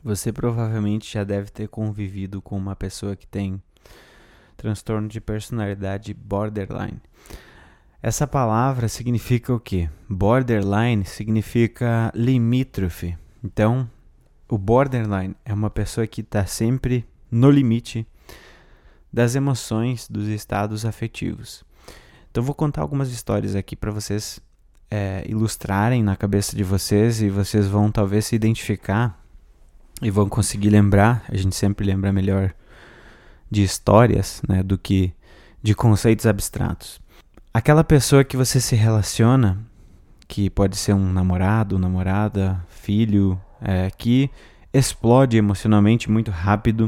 Você provavelmente já deve ter convivido com uma pessoa que tem transtorno de personalidade borderline. Essa palavra significa o quê? Borderline significa limítrofe. Então, o borderline é uma pessoa que está sempre no limite das emoções, dos estados afetivos. Então, vou contar algumas histórias aqui para vocês ilustrarem na cabeça de vocês e vocês vão talvez se identificar e vão conseguir lembrar. A gente sempre lembra melhor de histórias, né, do que de conceitos abstratos. Aquela pessoa que você se relaciona, que pode ser um namorado, namorada, filho, que explode emocionalmente muito rápido,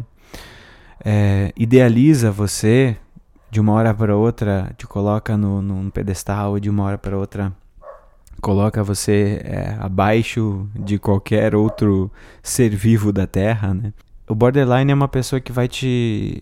idealiza você, de uma hora para outra te coloca num pedestal, de uma hora para outra coloca você abaixo de qualquer outro ser vivo da Terra, né? O borderline é uma pessoa que vai te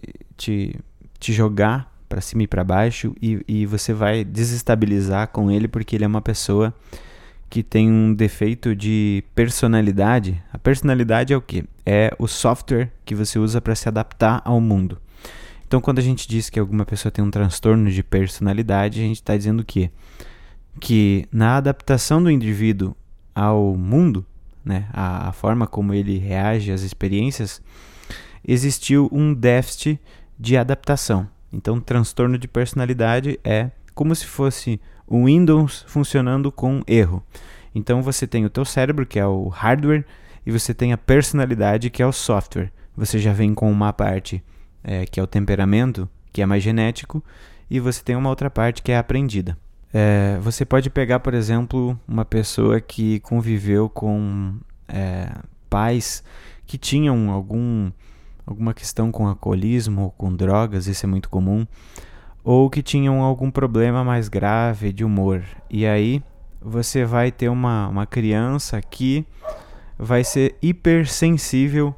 jogar para cima e para baixo e você vai desestabilizar com ele porque ele é uma pessoa que tem um defeito de personalidade. A personalidade é o quê? É o software que você usa para se adaptar ao mundo. Então, quando a gente diz que alguma pessoa tem um transtorno de personalidade, a gente está dizendo o quê? Que na adaptação do indivíduo ao mundo, né, a forma como ele reage às experiências, existiu um déficit de adaptação. Então, transtorno de personalidade é como se fosse o Windows funcionando com erro. Então, você tem o teu cérebro, que é o hardware, e você tem a personalidade, que é o software. Você já vem com uma parte que é o temperamento, que é mais genético, e você tem uma outra parte que é aprendida. Você pode pegar, por exemplo, uma pessoa que conviveu com pais que tinham alguma questão com alcoolismo ou com drogas, isso é muito comum, ou que tinham algum problema mais grave de humor. E aí você vai ter uma criança que vai ser hipersensível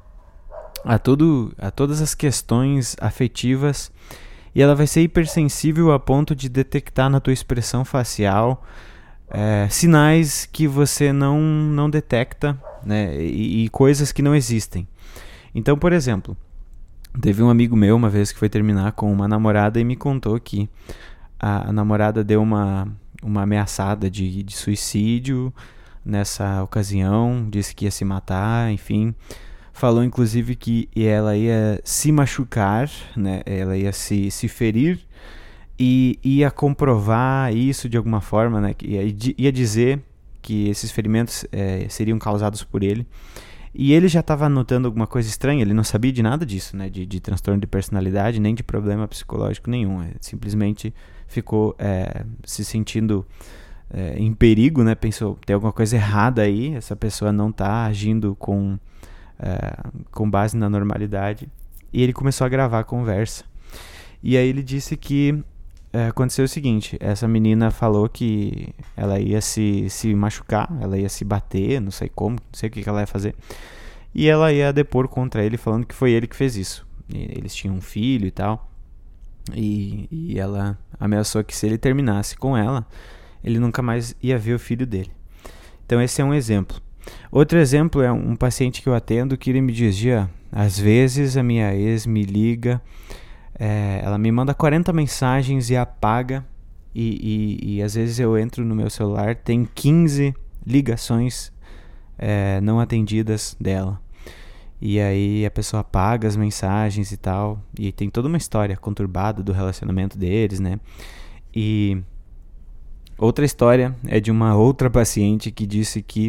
a todas as questões afetivas, e ela vai ser hipersensível a ponto de detectar na tua expressão facial sinais que você não detecta, né, e coisas que não existem. Então, por exemplo, teve um amigo meu uma vez que foi terminar com uma namorada e me contou que a namorada deu uma ameaçada de suicídio nessa ocasião, disse que ia se matar, enfim. Falou inclusive que ela ia se machucar, né? Ela ia se ferir e ia comprovar isso de alguma forma, né? Ia dizer que esses ferimentos seriam causados por ele. E ele já estava notando alguma coisa estranha, ele não sabia de nada disso, né? De transtorno de personalidade, nem de problema psicológico nenhum. Simplesmente ficou se sentindo em perigo, né? Pensou, tem alguma coisa errada aí, essa pessoa não está agindo com base na normalidade. E ele começou a gravar a conversa. E aí ele disse que aconteceu o seguinte: essa menina falou que ela ia se machucar, ela ia se bater, não sei como, não sei o que ela ia fazer, e ela ia depor contra ele, falando que foi ele que fez isso. Eles tinham um filho e tal, e ela ameaçou que se ele terminasse com ela, ele nunca mais ia ver o filho dele. Então esse é um exemplo. Outro exemplo é um paciente que eu atendo que ele me dizia: às vezes a minha ex me liga, ela me manda 40 mensagens e apaga, e às vezes eu entro no meu celular, tem 15 ligações não atendidas dela. E aí a pessoa apaga as mensagens e tal, e tem toda uma história conturbada do relacionamento deles, né? E outra história é de uma outra paciente que disse que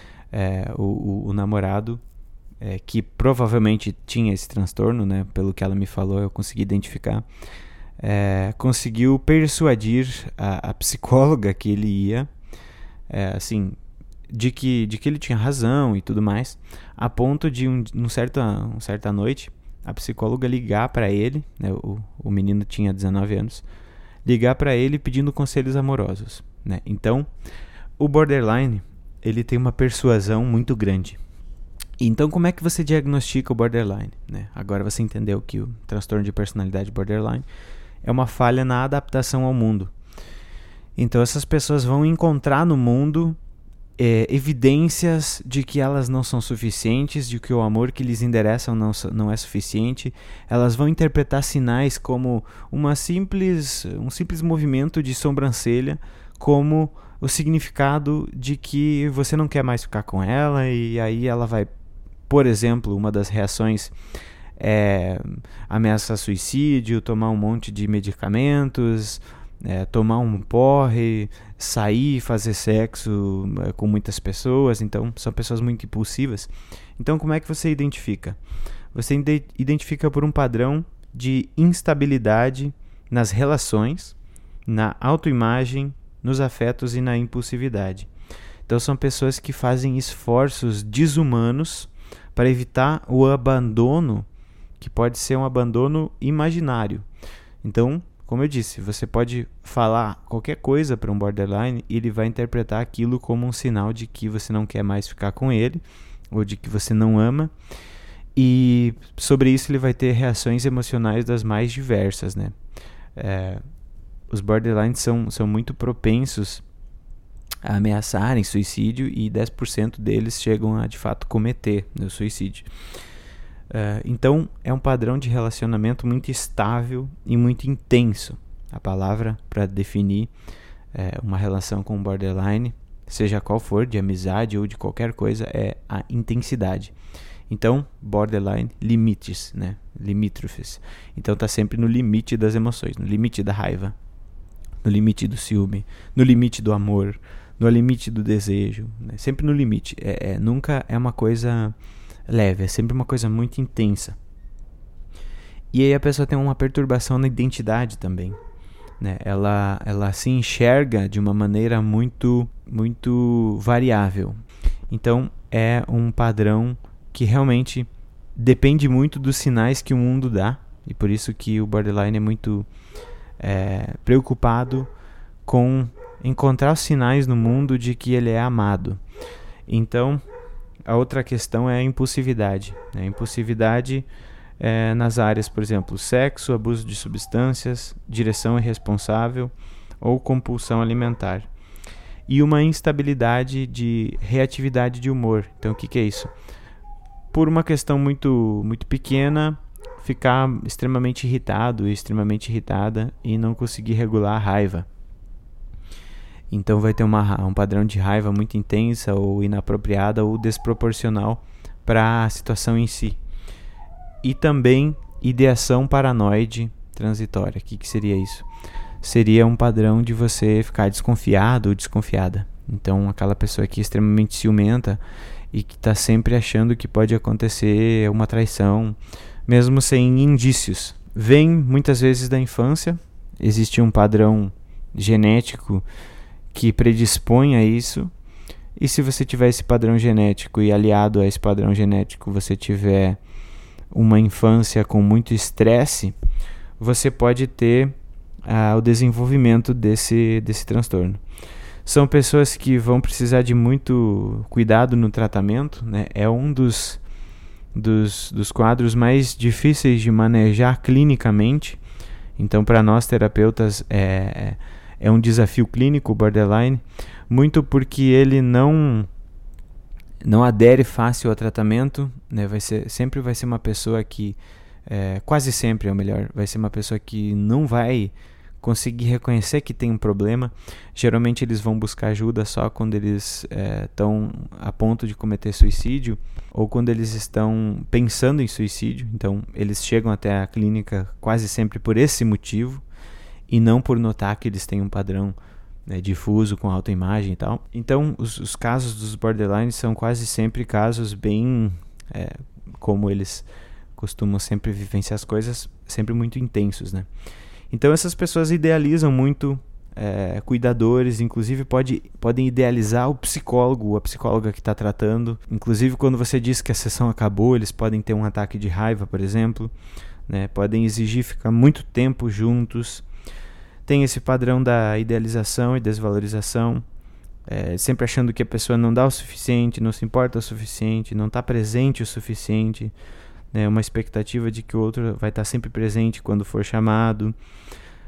o namorado, que provavelmente tinha esse transtorno, né, pelo que ela me falou, eu consegui identificar, conseguiu persuadir a psicóloga que ele ia, assim, de que ele tinha razão e tudo mais, a ponto de certa noite a psicóloga ligar para ele, né, o menino tinha 19 anos, ligar para ele pedindo conselhos amorosos, né? Então, o borderline, ele tem uma persuasão muito grande. Então, como é que você diagnostica o borderline, né? Agora você entendeu que o transtorno de personalidade borderline é uma falha na adaptação ao mundo. Então, essas pessoas vão encontrar no mundo evidências de que elas não são suficientes, de que o amor que lhes endereçam não é suficiente. Elas vão interpretar sinais como um simples movimento de sobrancelha, como o significado de que você não quer mais ficar com ela, e aí ela vai, por exemplo, uma das reações é ameaçar suicídio, tomar um monte de medicamentos, tomar um porre, sair, fazer sexo com muitas pessoas. Então são pessoas muito impulsivas. Então como é que você identifica? Você identifica por um padrão de instabilidade nas relações, na autoimagem, nos afetos e na impulsividade. Então são pessoas que fazem esforços desumanos para evitar o abandono, que pode ser um abandono imaginário. Então, como eu disse, você pode falar qualquer coisa para um borderline e ele vai interpretar aquilo como um sinal de que você não quer mais ficar com ele, ou de que você não ama. E sobre isso ele vai ter reações emocionais das mais diversas, né? Os borderlines são muito propensos a ameaçarem suicídio, e 10% deles chegam a de fato cometer o suicídio. Então é um padrão de relacionamento muito estável e muito intenso. A palavra para definir uma relação com um borderline, seja qual for, de amizade ou de qualquer coisa, é a intensidade. Então, borderline, limites, né? Limítrofes. Então tá sempre no limite das emoções, no limite da raiva, no limite do ciúme, no limite do amor, no limite do desejo, né? Sempre no limite. Nunca é uma coisa leve, é sempre uma coisa muito intensa. E aí a pessoa tem uma perturbação na identidade também, né? Ela se enxerga de uma maneira muito, muito variável. Então é um padrão que realmente depende muito dos sinais que o mundo dá, e por isso que o borderline é muito preocupado com encontrar os sinais no mundo de que ele é amado. Então a outra questão é a impulsividade. A impulsividade nas áreas, por exemplo, sexo, abuso de substâncias, direção irresponsável ou compulsão alimentar. E uma instabilidade de reatividade de humor. Então o que é isso? Por uma questão muito, muito pequena, ficar extremamente irritado e extremamente irritada e não conseguir regular a raiva. Então vai ter um padrão de raiva muito intensa ou inapropriada ou desproporcional para a situação em si. E também ideação paranoide transitória. O que seria isso? Seria um padrão de você ficar desconfiado ou desconfiada. Então aquela pessoa que é extremamente ciumenta e que está sempre achando que pode acontecer uma traição, mesmo sem indícios. Vem muitas vezes da infância, existe um padrão genético que predispõe a isso, e se você tiver esse padrão genético e aliado a esse padrão genético você tiver uma infância com muito estresse, você pode ter o desenvolvimento desse transtorno. São pessoas que vão precisar de muito cuidado no tratamento, né? É um dos quadros mais difíceis de manejar clinicamente. Então, para nós terapeutas, é um desafio clínico o borderline, muito porque ele não adere fácil ao tratamento, né? Sempre vai ser uma pessoa que, quase sempre é o melhor, vai ser uma pessoa que não vai conseguir reconhecer que tem um problema. Geralmente eles vão buscar ajuda só quando eles estão a ponto de cometer suicídio ou quando eles estão pensando em suicídio. Então eles chegam até a clínica quase sempre por esse motivo e não por notar que eles têm um padrão difuso com autoimagem e tal. Então os casos dos borderlines são quase sempre casos bem, como eles costumam sempre vivenciar as coisas, sempre muito intensos, né? Então essas pessoas idealizam muito cuidadores, inclusive podem idealizar o psicólogo ou a psicóloga que está tratando. Inclusive quando você diz que a sessão acabou, eles podem ter um ataque de raiva, por exemplo, né? Podem exigir ficar muito tempo juntos. Tem esse padrão da idealização e desvalorização, sempre achando que a pessoa não dá o suficiente, não se importa o suficiente, não está presente o suficiente. Uma expectativa de que o outro vai estar sempre presente quando for chamado,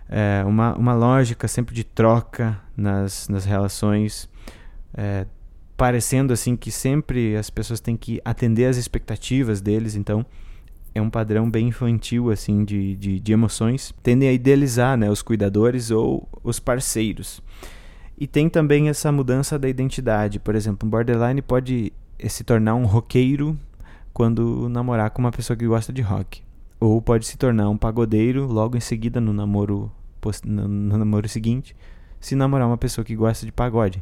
uma lógica sempre de troca nas relações, parecendo assim que sempre as pessoas têm que atender às expectativas deles, então é um padrão bem infantil assim de emoções. Tendem a idealizar, né, os cuidadores ou os parceiros. E tem também essa mudança da identidade. Por exemplo, um borderline pode se tornar um roqueiro quando namorar com uma pessoa que gosta de rock. Ou pode se tornar um pagodeiro logo em seguida no namoro seguinte, se namorar uma pessoa que gosta de pagode.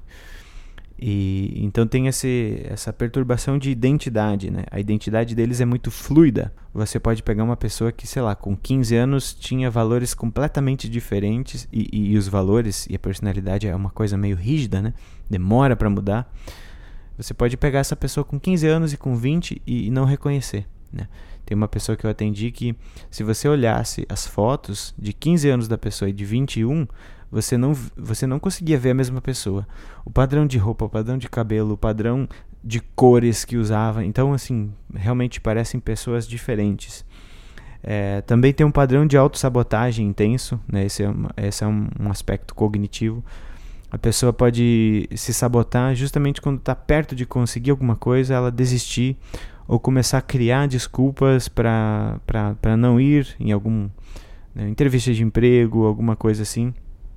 E então tem essa perturbação de identidade, né? A identidade deles é muito fluida. Você pode pegar uma pessoa que, sei lá, com 15 anos tinha valores completamente diferentes e os valores e a personalidade é uma coisa meio rígida, né? Demora para mudar. Você pode pegar essa pessoa com 15 anos e com 20 e não reconhecer, né? Tem uma pessoa que eu atendi que, se você olhasse as fotos de 15 anos da pessoa e de 21, você não conseguia ver a mesma pessoa. O padrão de roupa, o padrão de cabelo, o padrão de cores que usava. Então, assim, realmente parecem pessoas diferentes. Também tem um padrão de autossabotagem intenso, né? Esse é um aspecto cognitivo. A pessoa pode se sabotar justamente quando está perto de conseguir alguma coisa, ela desistir ou começar a criar desculpas para não ir em alguma entrevista de emprego, alguma coisa assim.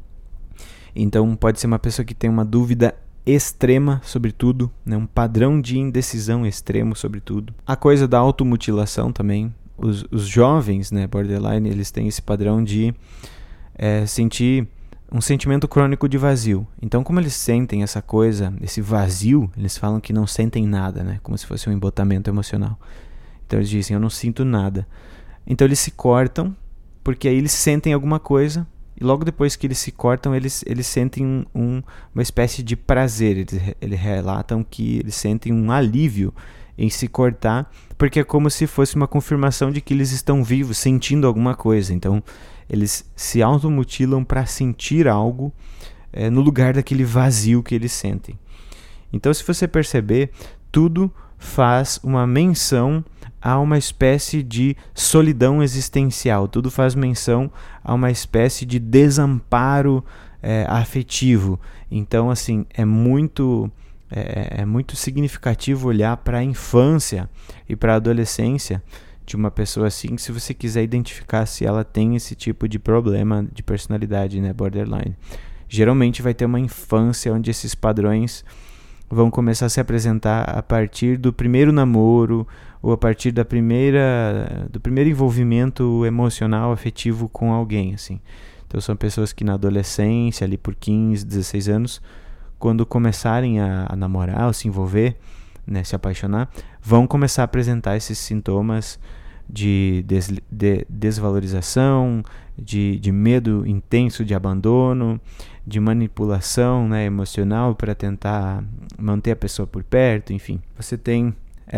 Então pode ser uma pessoa que tem uma dúvida extrema sobre tudo, né? Um padrão de indecisão extremo sobre tudo. A coisa da automutilação também. Os jovens, né, borderline, eles têm esse padrão de sentir um sentimento crônico de vazio. Então, como eles sentem essa coisa, esse vazio, eles falam que não sentem nada, né? Como se fosse um embotamento emocional. Então eles dizem, eu não sinto nada. Então eles se cortam, porque aí eles sentem alguma coisa, e logo depois que eles se cortam, eles sentem uma espécie de prazer. Eles relatam que eles sentem um alívio em se cortar, porque é como se fosse uma confirmação de que eles estão vivos, sentindo alguma coisa. Então eles se automutilam para sentir algo no lugar daquele vazio que eles sentem. Então, se você perceber, tudo faz uma menção a uma espécie de solidão existencial. Tudo faz menção a uma espécie de desamparo afetivo. Então, assim, é muito significativo olhar para a infância e para a adolescência de uma pessoa assim, se você quiser identificar se ela tem esse tipo de problema de personalidade, né, borderline. Geralmente vai ter uma infância onde esses padrões vão começar a se apresentar a partir do primeiro namoro ou a partir do primeiro envolvimento emocional, afetivo com alguém, assim. Então são pessoas que na adolescência, ali por 15, 16 anos, quando começarem a namorar ou se envolver, né, se apaixonar, vão começar a apresentar esses sintomas de desvalorização, de medo intenso de abandono, de manipulação, né, emocional para tentar manter a pessoa por perto, enfim. Você tem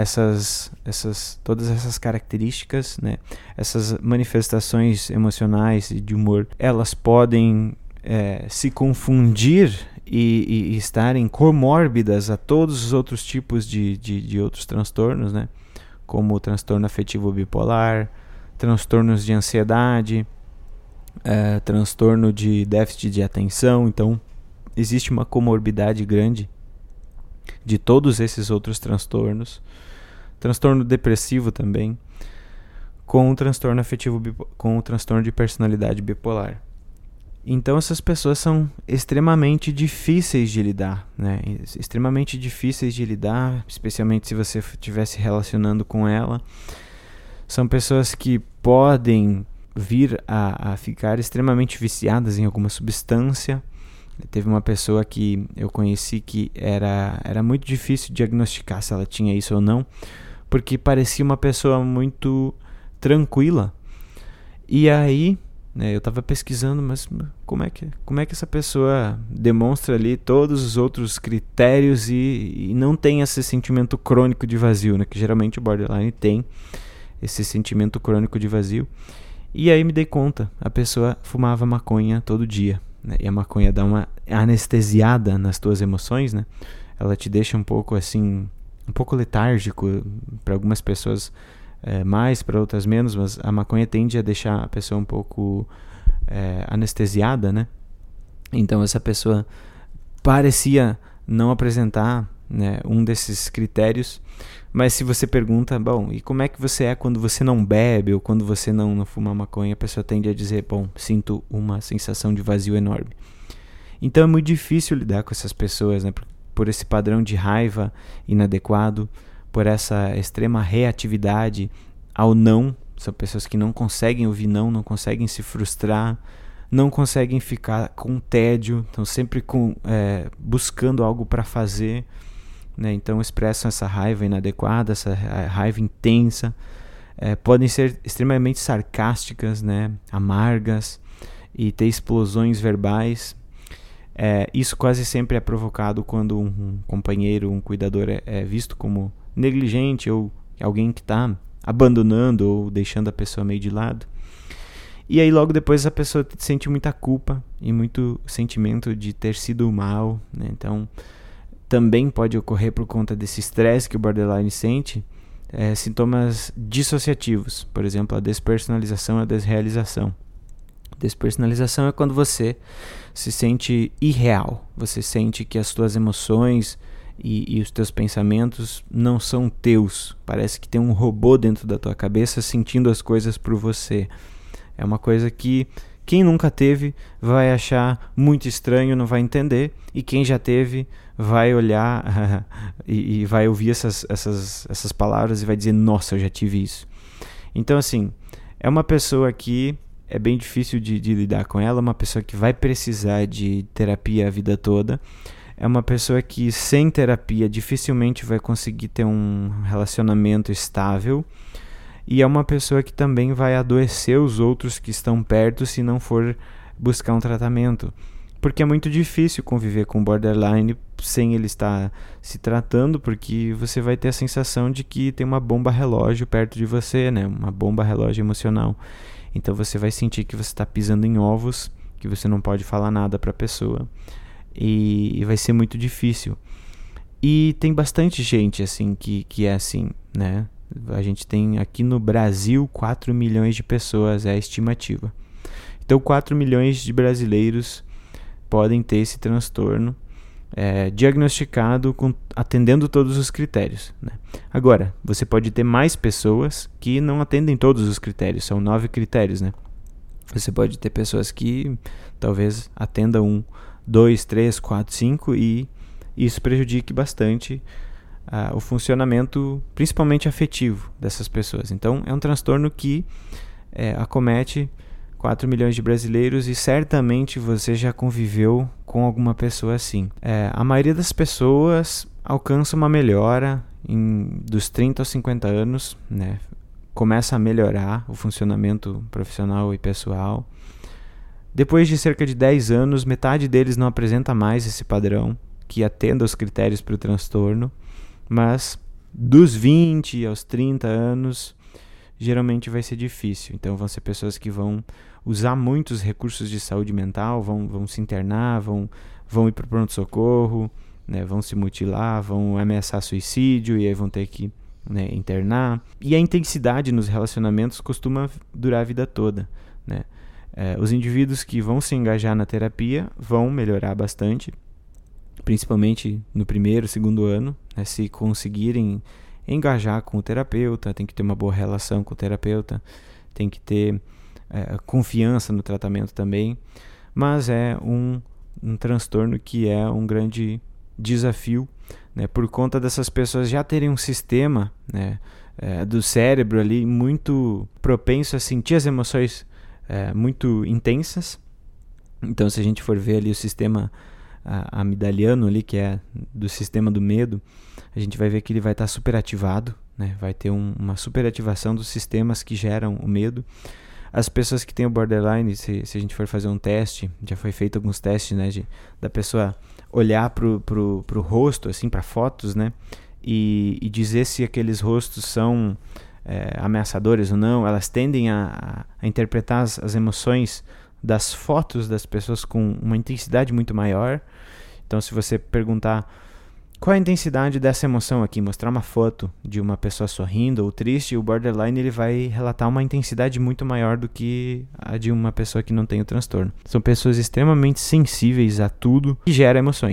todas essas características, né, essas manifestações emocionais e de humor, elas podem se confundir e estarem comórbidas a todos os outros tipos de outros transtornos, né? Como o transtorno afetivo bipolar, transtornos de ansiedade, transtorno de déficit de atenção. Então, existe uma comorbidade grande de todos esses outros transtornos. Transtorno depressivo também, com o transtorno afetivo, com o transtorno de personalidade bipolar. Então essas pessoas são extremamente difíceis de lidar, né? Extremamente difíceis de lidar, especialmente se você estiver se relacionando com ela. São pessoas que podem vir a ficar extremamente viciadas em alguma substância. Teve uma pessoa que eu conheci que era muito difícil diagnosticar se ela tinha isso ou não, porque parecia uma pessoa muito tranquila. E aí, eu estava pesquisando, mas como é que essa pessoa demonstra ali todos os outros critérios e não tem esse sentimento crônico de vazio, né? Que geralmente o borderline tem esse sentimento crônico de vazio. E aí me dei conta, a pessoa fumava maconha todo dia, né? E a maconha dá uma anestesiada nas tuas emoções, né? Ela te deixa um pouco assim, um pouco letárgico. Para algumas pessoas mais, para outras menos, mas a maconha tende a deixar a pessoa um pouco anestesiada, né? Então essa pessoa parecia não apresentar né, um desses critérios. Mas se você pergunta, bom, e como é que você é quando você não bebe ou quando você não fuma maconha, a pessoa tende a dizer, bom, sinto uma sensação de vazio enorme. Então é muito difícil lidar com essas pessoas, né, por esse padrão de raiva inadequado, por essa extrema reatividade ao não. São pessoas que não conseguem ouvir não conseguem se frustrar, não conseguem ficar com tédio, estão sempre buscando algo para fazer, né? Então expressam essa raiva inadequada, essa raiva intensa, podem ser extremamente sarcásticas, né? Amargas e ter explosões verbais. Isso quase sempre é provocado quando um companheiro, um cuidador é visto como negligente ou alguém que está abandonando ou deixando a pessoa meio de lado. E aí logo depois a pessoa sente muita culpa e muito sentimento de ter sido mal, né? Então também pode ocorrer por conta desse estresse que o borderline sente, sintomas dissociativos, por exemplo, a despersonalização e a desrealização. Despersonalização é quando você se sente irreal, você sente que as suas emoções e os teus pensamentos não são teus, parece que tem um robô dentro da tua cabeça sentindo as coisas por você. É uma coisa que quem nunca teve vai achar muito estranho, não vai entender, e quem já teve vai olhar e vai ouvir essas palavras e vai dizer, nossa, eu já tive isso. Então, assim, é uma pessoa que é bem difícil de lidar com ela, uma pessoa que vai precisar de terapia a vida toda, é uma pessoa que sem terapia dificilmente vai conseguir ter um relacionamento estável, e é uma pessoa que também vai adoecer os outros que estão perto se não for buscar um tratamento. Porque é muito difícil conviver com borderline sem ele estar se tratando, porque você vai ter a sensação de que tem uma bomba relógio perto de você, né? Uma bomba relógio emocional. Então você vai sentir que você está pisando em ovos, que você não pode falar nada para a pessoa. E vai ser muito difícil. E tem bastante gente assim que é assim, né? A gente tem aqui no Brasil 4 milhões de pessoas, é a estimativa. Então 4 milhões de brasileiros podem ter esse transtorno diagnosticado atendendo todos os critérios, né? Agora, você pode ter mais pessoas que não atendem todos os critérios, são 9 critérios, né? Você pode ter pessoas que talvez atendam 1, 2, 3, 4, 5 e isso prejudique bastante o funcionamento, principalmente afetivo, dessas pessoas. Então, é um transtorno que acomete 4 milhões de brasileiros e certamente você já conviveu com alguma pessoa assim. A maioria das pessoas alcança uma melhora dos 30 aos 50 anos, né? Começa a melhorar o funcionamento profissional e pessoal. Depois de cerca de 10 anos, metade deles não apresenta mais esse padrão que atenda aos critérios para o transtorno. Mas dos 20 aos 30 anos, geralmente vai ser difícil. Então vão ser pessoas que vão usar muitos recursos de saúde mental, vão se internar, vão ir para o pronto-socorro, né, vão se mutilar, vão ameaçar suicídio e aí vão ter que, né, internar. E a intensidade nos relacionamentos costuma durar a vida toda, né? Os indivíduos que vão se engajar na terapia vão melhorar bastante, principalmente no primeiro, segundo ano, né, se conseguirem engajar com o terapeuta, tem que ter uma boa relação com o terapeuta, tem que ter confiança no tratamento também, mas é um transtorno que é um grande desafio, né, por conta dessas pessoas já terem um sistema, né, do cérebro ali muito propenso a sentir as emoções muito intensas. Então, se a gente for ver ali o sistema amidaliano ali, que é do sistema do medo, a gente vai ver que ele vai estar superativado, né? Vai ter uma superativação dos sistemas que geram o medo. As pessoas que têm o borderline, se a gente for fazer um teste, já foi feito alguns testes, né, da pessoa olhar pro rosto, assim, para fotos, né, e dizer se aqueles rostos são ameaçadores ou não. Elas tendem a interpretar as emoções das fotos das pessoas com uma intensidade muito maior. Então, se você perguntar qual é a intensidade dessa emoção aqui, mostrar uma foto de uma pessoa sorrindo ou triste, o borderline ele vai relatar uma intensidade muito maior do que a de uma pessoa que não tem o transtorno. São pessoas extremamente sensíveis a tudo que gera emoções.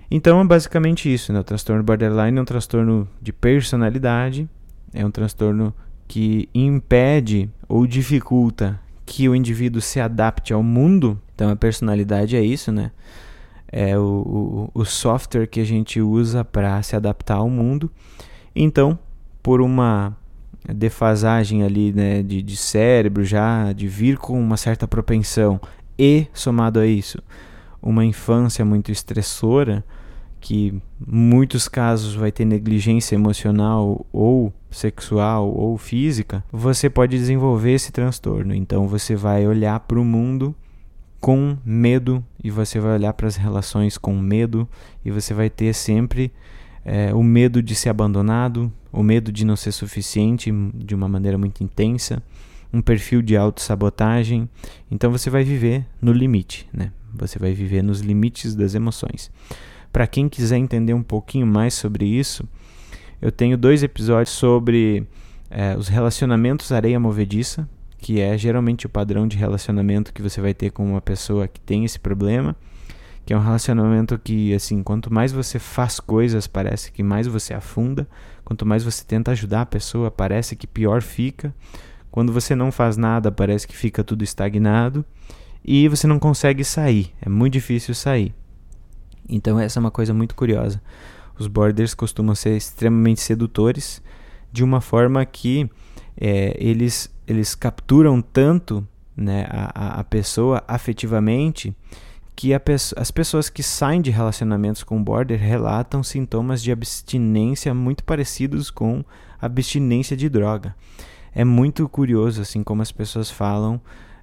Então é basicamente isso, né? O transtorno borderline é um transtorno de personalidade, é um transtorno que impede ou dificulta que o indivíduo se adapte ao mundo. Então a personalidade é isso, né? É o software que a gente usa para se adaptar ao mundo. Então, por uma defasagem ali, né, de cérebro já, de vir com uma certa propensão e, somado a isso, uma infância muito estressora, que em muitos casos vai ter negligência emocional ou sexual ou física, você pode desenvolver esse transtorno. Então você vai olhar para o mundo com medo e você vai olhar para as relações com medo e você vai ter sempre o medo de ser abandonado, o medo de não ser suficiente de uma maneira muito intensa, um perfil de autossabotagem. Então você vai viver no limite, né? Você vai viver nos limites das emoções. Para quem quiser entender um pouquinho mais sobre isso, eu tenho 2 episódios sobre os relacionamentos areia movediça, que é geralmente o padrão de relacionamento que você vai ter com uma pessoa que tem esse problema, que é um relacionamento que, assim, quanto mais você faz coisas, parece que mais você afunda, quanto mais você tenta ajudar a pessoa, parece que pior fica, quando você não faz nada, parece que fica tudo estagnado, e você não consegue sair, é muito difícil sair. Então essa é uma coisa muito curiosa. Os borders costumam ser extremamente sedutores, de uma forma que eles capturam tanto, né, a pessoa afetivamente, que as pessoas que saem de relacionamentos com border relatam sintomas de abstinência muito parecidos com abstinência de droga. É muito curioso assim como as pessoas falam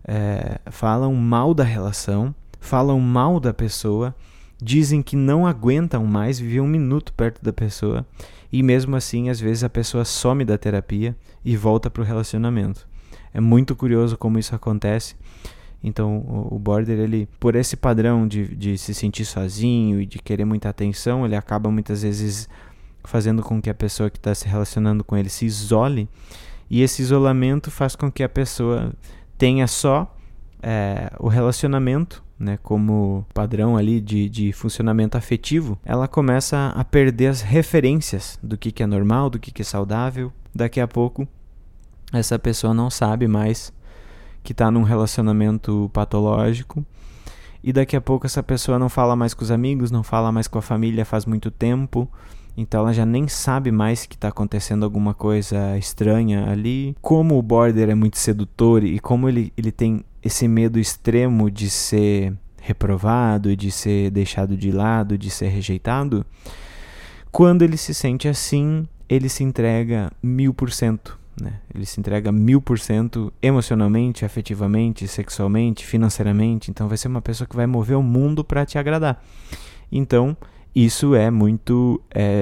mal da relação, falam mal da pessoa, dizem que não aguentam mais viver um minuto perto da pessoa e mesmo assim às vezes a pessoa some da terapia e volta para o relacionamento. É muito curioso como isso acontece. Então o border, ele, por esse padrão de se sentir sozinho e de querer muita atenção, ele acaba muitas vezes fazendo com que a pessoa que está se relacionando com ele se isole, e esse isolamento faz com que a pessoa tenha só o relacionamento, né, como padrão ali de funcionamento afetivo. Ela começa a perder as referências do que é normal, do que é saudável. Daqui a pouco essa pessoa não sabe mais que está num relacionamento patológico, e daqui a pouco essa pessoa não fala mais com os amigos, não fala mais com a família faz muito tempo, então ela já nem sabe mais que está acontecendo alguma coisa estranha ali. Como o border é muito sedutor e como ele tem esse medo extremo de ser reprovado, de ser deixado de lado, de ser rejeitado, quando ele se sente assim, ele se entrega 1000%. Né? Ele se entrega 1000% emocionalmente, afetivamente, sexualmente, financeiramente. Então vai ser uma pessoa que vai mover o mundo para te agradar. Então isso é muito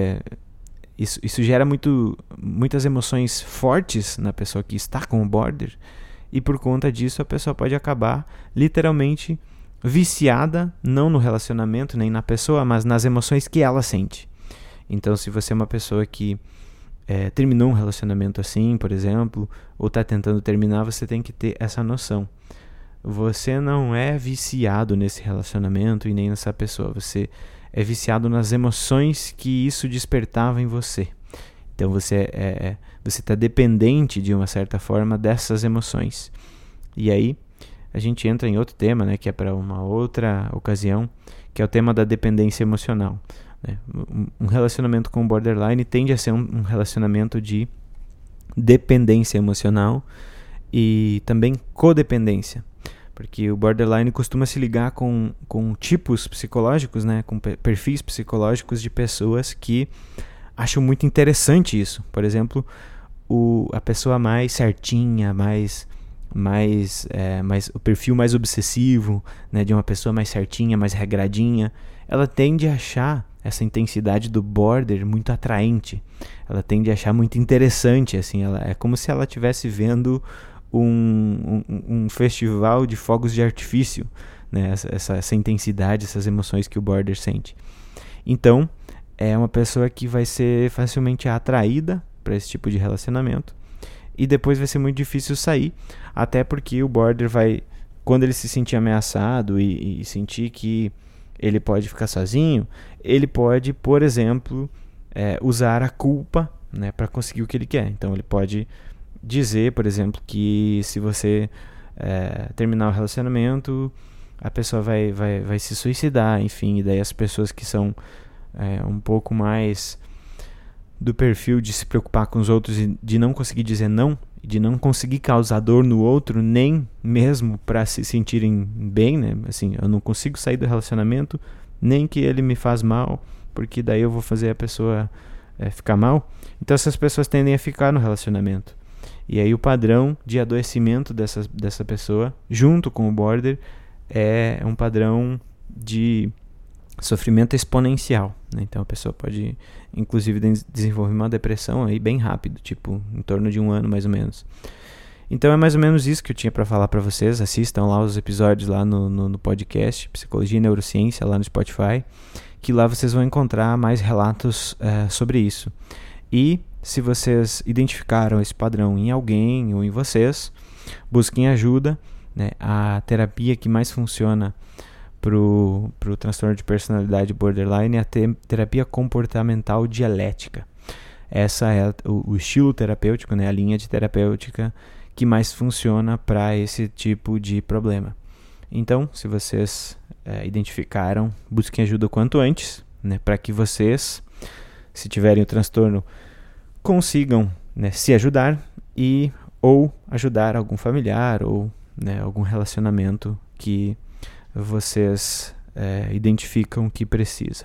isso gera muitas emoções fortes na pessoa que está com o border, e por conta disso a pessoa pode acabar literalmente viciada, não no relacionamento nem na pessoa, mas nas emoções que ela sente. Então se você é uma pessoa que terminou um relacionamento assim, por exemplo, ou está tentando terminar, você tem que ter essa noção. Você não é viciado nesse relacionamento e nem nessa pessoa. Você é viciado nas emoções que isso despertava em você. Então você está dependente de uma certa forma dessas emoções. E aí a gente entra em outro tema, né, que é para uma outra ocasião, que é o tema da dependência emocional. Um relacionamento com borderline tende a ser um relacionamento de dependência emocional e também codependência, porque o borderline costuma se ligar com tipos psicológicos, né, com perfis psicológicos de pessoas que acham muito interessante isso. Por exemplo, a pessoa mais certinha, o perfil mais obsessivo, né, de uma pessoa mais certinha, mais regradinha, ela tende a achar essa intensidade do border muito atraente. Ela tende a achar muito interessante, assim, é como se ela estivesse vendo um festival de fogos de artifício, né? Essa intensidade, essas emoções que o border sente. Então, é uma pessoa que vai ser facilmente atraída para esse tipo de relacionamento, e depois vai ser muito difícil sair, até porque o border vai, quando ele se sentir ameaçado e sentir que ele pode ficar sozinho, ele pode, por exemplo, usar a culpa, né, para conseguir o que ele quer. Então ele pode dizer, por exemplo, que se você terminar o relacionamento, a pessoa vai se suicidar, enfim. E daí as pessoas que são um pouco mais do perfil de se preocupar com os outros e de não conseguir dizer não, de não conseguir causar dor no outro, nem mesmo para se sentirem bem, né? Assim, eu não consigo sair do relacionamento, nem que ele me faz mal, porque daí eu vou fazer a pessoa ficar mal. Então essas pessoas tendem a ficar no relacionamento. E aí o padrão de adoecimento dessa pessoa, junto com o border, é um padrão de sofrimento exponencial, né? Então a pessoa pode, inclusive, desenvolver uma depressão aí bem rápido, tipo, em torno de 1 ano mais ou menos. Então é mais ou menos isso que eu tinha para falar para vocês. Assistam lá os episódios lá no podcast Psicologia e Neurociência, lá no Spotify, que lá vocês vão encontrar mais relatos sobre isso. E se vocês identificaram esse padrão em alguém ou em vocês, busquem ajuda, né? A terapia que mais funciona pro transtorno de personalidade borderline é a terapia comportamental dialética. Essa é o estilo terapêutico, né? A linha de terapêutica que mais funciona para esse tipo de problema. Então, se vocês identificaram, busquem ajuda o quanto antes, né? Para que vocês, se tiverem o transtorno, consigam, né, se ajudar ou ajudar algum familiar ou, né, algum relacionamento que vocês identificam que precisa.